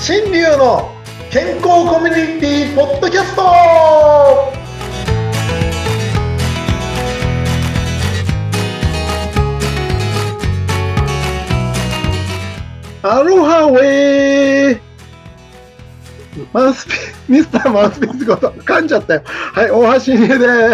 新流の健康コミュニティポッドキャスト。アロハウェイミスターマウスピースこと噛んじゃったよ。はい、大橋新流です。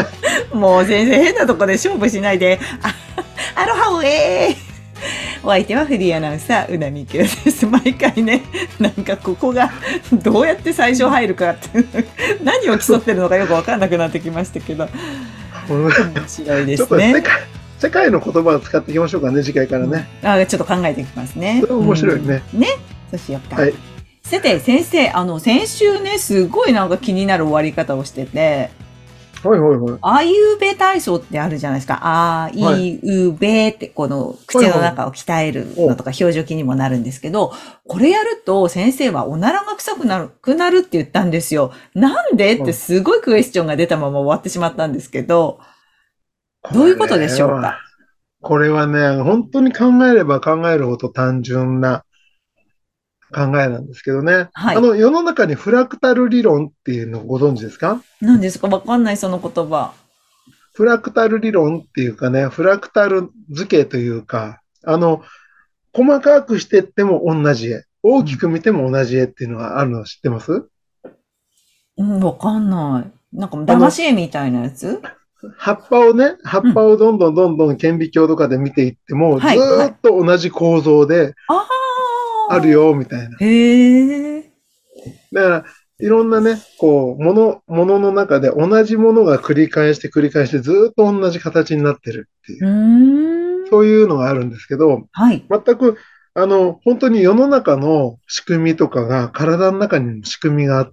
もう全然変なとこで勝負しないで。アロハウェイ。お相手はフリーアナウンサーうなみきゅうです。毎回ね、なんかここがどうやって最初入るかって何を競ってるのかよく分かんなくなってきましたけど、面白いですね。 ちょっと世界の言葉を使っていきましょうかね、次回からね。 ちょっと考えていきますね。 それ面白いね。 ね、そうしようか。 はい。 さて先生、先週ね、すごいなんか気になる終わり方をしてて、 はいはいはい。 あいうべ体操ってあるじゃないですか。あいうべってこの口の中を鍛えるのとか表情筋にもなるんですけど、これやると先生はおならが臭くなるって言ったんですよ。なんでってすごいクエスチョンが出たまま終わってしまったんですけど、どういうことでしょうか？ これはね、本当に考えれば考えるほど単純な考えなんですけどね。 はい。 世の中にフラクタル理論っていうのをご存知ですか？ 何ですか？わかんない、その言葉。 フラクタル理論っていうかね、フラクタル図形というか、細かくしていっても同じ絵、大きく見ても同じ絵っていうのがあるの知ってます？ わかんない。なんかあの、 騙し絵みたいなやつ？ 葉っぱをどんどん顕微鏡とかで見ていっても、ずはい、はい。 ーっと同じ構造でああるよ、みたいな。 あ、へえ。 だから、いろんなね、ものの中で同じものが繰り返してずーっと同じ形になってるっていう、そういうのがあるんですけど、 はい。 全く、本当に世の中の仕組みとかが、体の中にも仕組みがあって、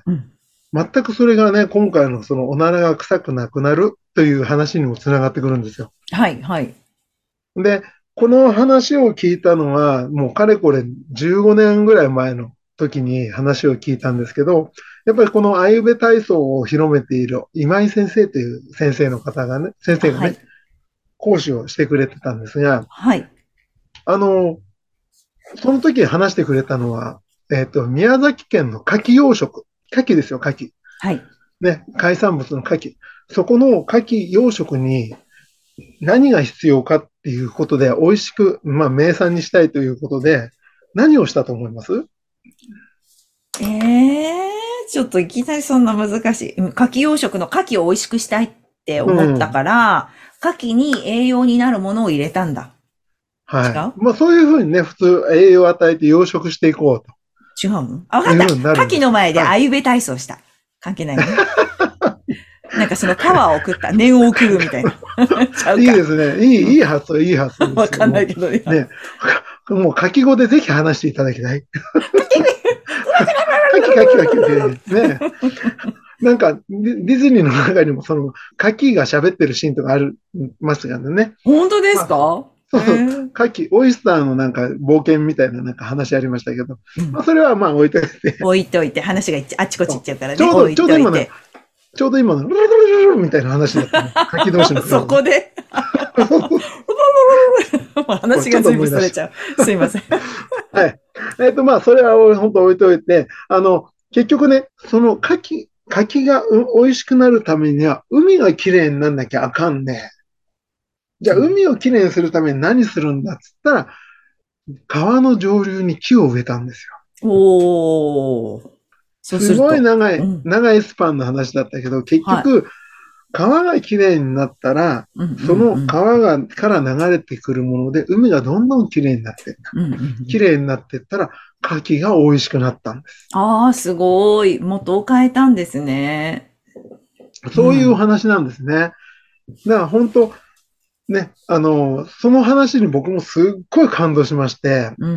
うん。 全くそれがね、今回のそのおならが臭くなくなるという話にもつながってくるんですよ。 はい、はい。 で、この話を聞いたのは、もうかれこれ15年ぐらい前の時に話を聞いたんですけど、やっぱりこのアユベ体操を広めている今井先生という先生がね、 はい。 講師をしてくれてたんですが、 はい。 あの、その時話してくれたのは、宮崎県の牡蠣養殖。牡蠣ですよ、牡蠣。 はい。 ね、海産物の牡蠣。そこの牡蠣養殖に何が必要かっていうことで、美味しく、まあ、名産にしたいということで、何をしたと思います？ ちょっといきなりそんな難しい。牡蠣養殖の牡蠣を美味しくしたいってう思ったん。 から、牡蠣に栄養になるものを入れたんだ。違はい。 う？ まあ、そういうふうにね、普通栄養を与えて養殖していこう違うの？あ、わというかった。 ふうになるん牡蠣のですよ。はい。 前であゆべ体操した。関係ないね。なんかそのパワーを送った。念を送るみたいな。ちゃうか。 いいですね。いい発想ですよ。 わかんないもけど、いう、 や。 ね、もう書き語でぜひ話していただきたい。書きね。なんかディズニーの中にもその、カキが喋ってるシーンとかありますがね。 本当ですまあ、 か？ そうそう、オイスターのなんか冒険みたいななんか話ありましたけど、 うん。 まあそれはまあ置いといて、 置いといて、話があっちこっち行っちゃうからね。 ちょうど、 置いといて。 ちょうど今の、ルルルルルルみたいな話だったね。カキ同士の会そ話が。 こで話ちょっとが随思い出し分それちゃう。すいません。 た。はい。まあそれは本当置いといて、結局ね、そのカキが美味しくなるためには、海がきれいになんなきゃあかんね。じゃあ、海をきれいにするために何するんだっつったら、川の上流に木を植えたんですよ。 おー。そうすすごいると。うん。 長いスパンの話だったけど、結はい。 局、川がきれいになったら、 うんうそのんから流れてくるもので、海がどんどんきれいになっていった。 うん。うんうんうん。 きれいになっていったら、牡蠣が美味しくなったんです。 ああ、すごい。元を変えたんですね。うそういうおん。 話なんですね。だから本当、ね、その話に僕もすっごい感動しまして、 うんうん。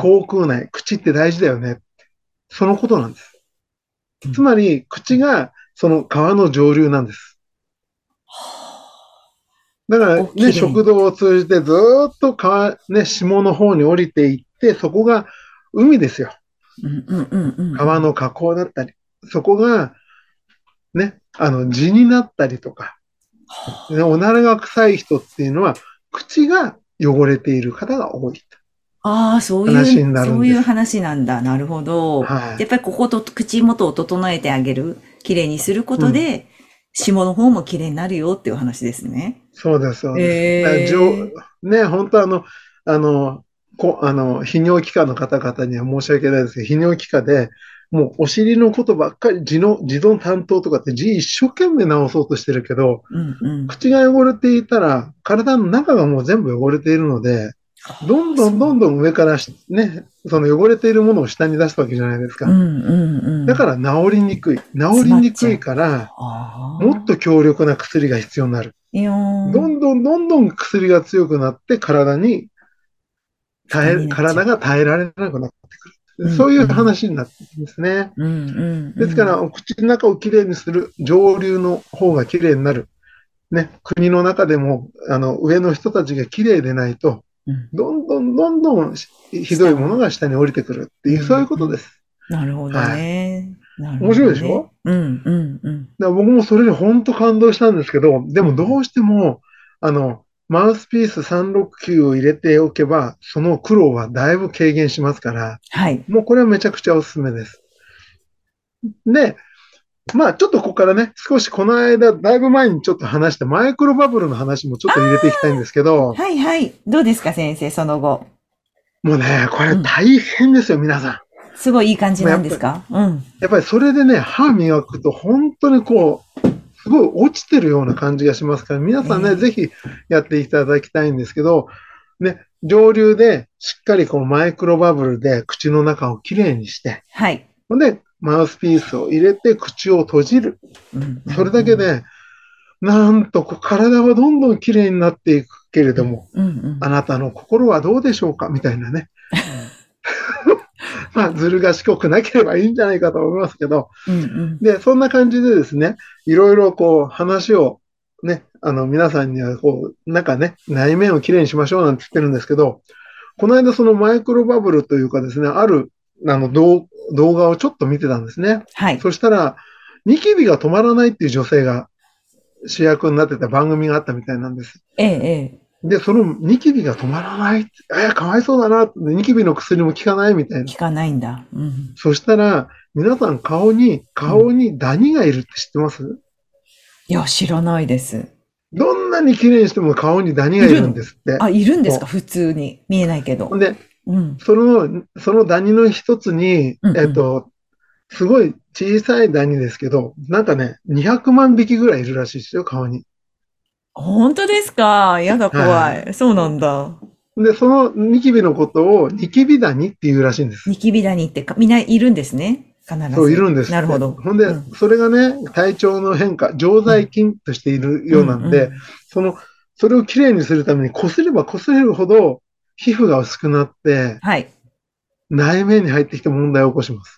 口腔内、口って大事だよね。そのことなんです。 うん。 つまり、口がその川の上流なんです。だからね、 ここ綺麗に。 食道を通じてずっと下の方に降りていって、そこが海ですよ。 うんうんうんうんうん。 川の河口だったり。そこがね、地になったりとか、ね、おならが臭い人っていうのは、口が汚れている方が多い。 ああ、 話になそういうるんです。 話なんだ。なるほど。 はい。 やっぱりここと口元を整えてあげる。綺麗にするこうん。 とで、下の方も綺麗になるよっていう話ですね。 そうです、そうです。だからええ。 ね、本当あの、泌尿器科の方々には申し訳ないですけど、泌尿器科でもうお尻のことばっかり、自動担当とかって字一生懸命直そうとしてるけど、 うんうん。 口が汚れていたら、体の中がもう全部汚れているので、どんああ、そう。 どんどんどん上からね、その汚れているものを下に出すわけじゃないですか。 うんうんうん。 だから治りにくい。治詰りにくいまっちゃう。 から、もっああ。 と強力な薬が必要になる。 いやー、 どんどんどんどん薬が強くなって負担になっちゃう。 体が耐えられなくなってくる。 うんそういううん。 話になってるんですね。 うんうんうですから、 ん。 お口の中をきれいにする、上流の方がきれいになる。ね、国の中でも、上の人たちがきれいでないと、 うん。 どんどんどんどんひどいもの下は。 が下に降りてくるってういう、そういうんうん。 ことです。 なるほどはい。 ね。なる面ほどね。 白いでしょ？ うんうんうん。 だから僕もそれで本当感動したんですけど、でうんうん。 もどうしても、マウスピース369を入れておけば、その苦労はだいぶ軽減しますから、 はい。 もうこれはめちゃくちゃおすすめです。で、まあちょっとここからね、少しこの間、だいぶ前にちょっと話したマイクロバブルの話もちょっと入れていきたいんですけど、 はいはい。どうですか、先生、その後。 もうね、これうん。 大変ですよ、皆さすごいいい感じん。 なんですか？うん。 やっぱりそれでね、歯磨くと本当にすごい落ちてるような感じがしますから、皆さんね、ぜええ。 ひやっていただきたいんですけど、ね、上流でしっかりこうマイクロバブルで口の中をきれいにして、 はい。 ほんで、マウスピースを入れて口を閉じる。 うんうんそれだうん。 けで、なんと体はどんどんきれいになっていくけれども、 うんうん。 あなたの心はどうでしょうかみたいなね。まあ、ずる賢くなければいいんじゃないかと思いますけど、 うんうん。 で、そんな感じでですね、いろいろこう話をね、皆さんにはなんかね、内面をきれいにしましょうなんて言ってるんですけど、この間そのマイクロバブルというかですね、ある動画をちょっと見てたんですね。 はい。 そしたら、ニキビが止まらないっていう女性が主役になってた番組があったみたいなんです。 ええええ。 で、そのニキビが止まらない。かわいそうだな。ニキビの薬も効かないみたいな。 聞かないんだ。うん。 そしたら、皆さんうん。 顔にダニがいるって知ってます？ いや、知らないです。 どんなに綺麗にしても顔にダニがいるんいるの？ ですって。 あ、いるんですか？ そ普通に。見えないけう。 ど。 で、 うん。 そのダニの一つに、 うんうん。 すごい小さいダニですけど、なんかね、200万匹ぐらいいるらしいですよ、顔に。 本当ですか？やだ、怖はい。そうなんだ。 い。で、そのニキビのことをニキビダニっていうらしいんです。 ニキビダニってみんないるんですね。必そう、いず。 るんですって。 なるほど。 ほんで、 うん。 それがね、体調の変化、常うん。 在菌としているうんようなんで、 うん。 その、それをきれいにするために、擦れば擦れるほど、皮膚が薄くなって、 はい。 内面に入ってきて問題を起こします。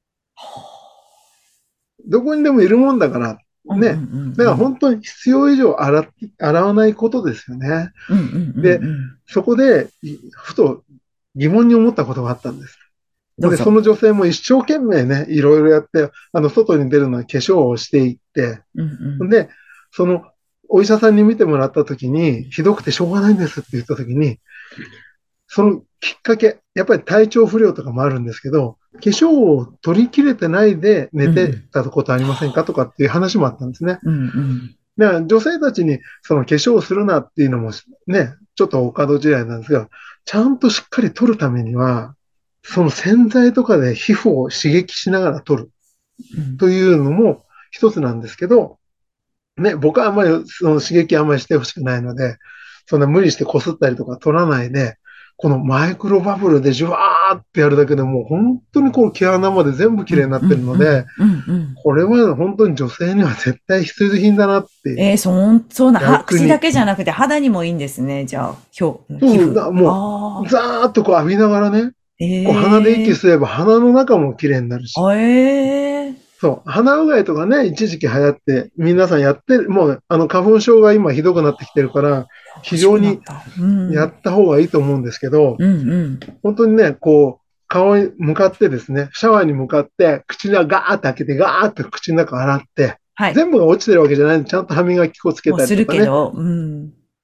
どこにでもいるもんだから、 うんうんうね。だからん本当に必要以上洗わないことですよね。 うん。うんうんうんで、 うん。 そこで、ふと疑問に思ったことがあったんです。で、そどうぞ。 の女性も一生懸命ね、いろいろやって、外に出るのは化粧をしていって、 うんうん。 で、その、お医者さんに見てもらったときに、ひどくてしょうがないんですって言ったときに、そのきっかけ、やっぱり体調不良とかもあるんですけど、化粧を取り切れてないで寝てうんうん。 たことありませんかとかっていう話もあったんですね。 うんうん。 だから女性たちにその化粧をするなっていうのもね、ちょっとお門違いなんですが、ちゃんとしっかり取るためには、その洗剤とかで皮膚を刺激しながら取るうん。 というのも一つなんですけど、ね、僕はあんまりその刺激あんまりしてほしくないので、そんな無理して擦ったりとか取らないで、このマイクロバブルでジュワーってやるだけでもう本当に毛穴まで全部綺麗になってるうんので、 うんうんうん。 これは本当に女性には絶対必需品だなって、 そうな、口だ逆に。 けじゃなくて肌にもいいんですね。じゃあ、皮そう、 膚。 もう、 ああ。 ザーッと浴びながらね、鼻で息ええ。 吸えば鼻の中も綺麗になるし。 あ、ええ。 そう、鼻うがいとかね、一時期流行って、皆さんやってる、もう、花粉症が今ひどくなってきてるから、 欲し非常にくなった。うん。 やった方がいいと思うんですけど、 うんうん。 本当にね、顔に向かってですね、シャワーに向かって、口がガーって開けて、ガーって口の中洗って、 はい。 全部が落ちてるわけじゃないので、ちゃんと歯磨き粉つけもうすたりとかね、 るけど、うん。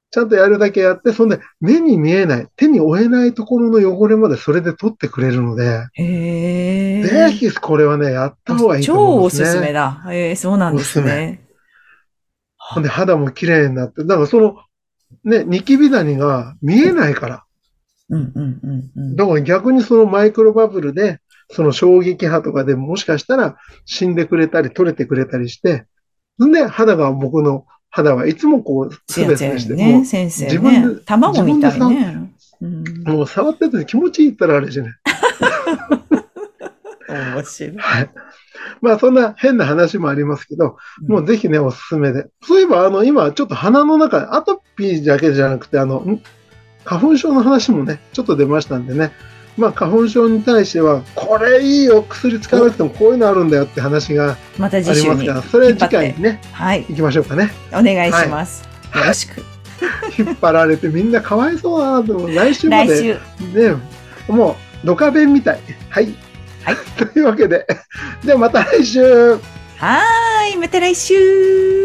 ちゃんとやるだけやって、そんで目に見えない、手に負えないところの汚れまでそれで取ってくれるので、ぜへえ。 ひこれはね、やった方がいいと思うんで超おすすめすね。 だ。そうなんでおすすめ。 すね。 ほんで肌も綺麗になって、だからそのね、ニキビ谷が見えないから。 うんうんうんうん。 だから逆にそのマイクロバブルで、その衝撃波とかでもしかしたら死んでくれたり取れてくれたりして、んで僕の肌はいつもこうツヤツスベスベして、 ヤにね、先生ね。卵自みたい分でさ、 ね。うん。 もう触ってて気持ちいいったらあれじゃない。 面白い。 はい。まあそんな変な話もありますけど、 うん。 もうぜひね、おすすめで。そういえば今ちょっと鼻の中、アトピーだけじゃなくて、花粉症の話もね、ちょっと出ましたんでね。まあ花粉症に対しては、これいいよ、薬使わなお、 くてもこういうのあるんだよって話がまたあ次週にりますから、それ次引っ張って。 回にね、 はい。 行きましょうかね。 お願いはい。 します。よろはい。 しく。 引っ張られてみんなかわいそうだなと思う。来週まで来週。 ね、もうドカベンみたい。はい。 はい。 というわけで、ではまた来週。 はーい。また来週。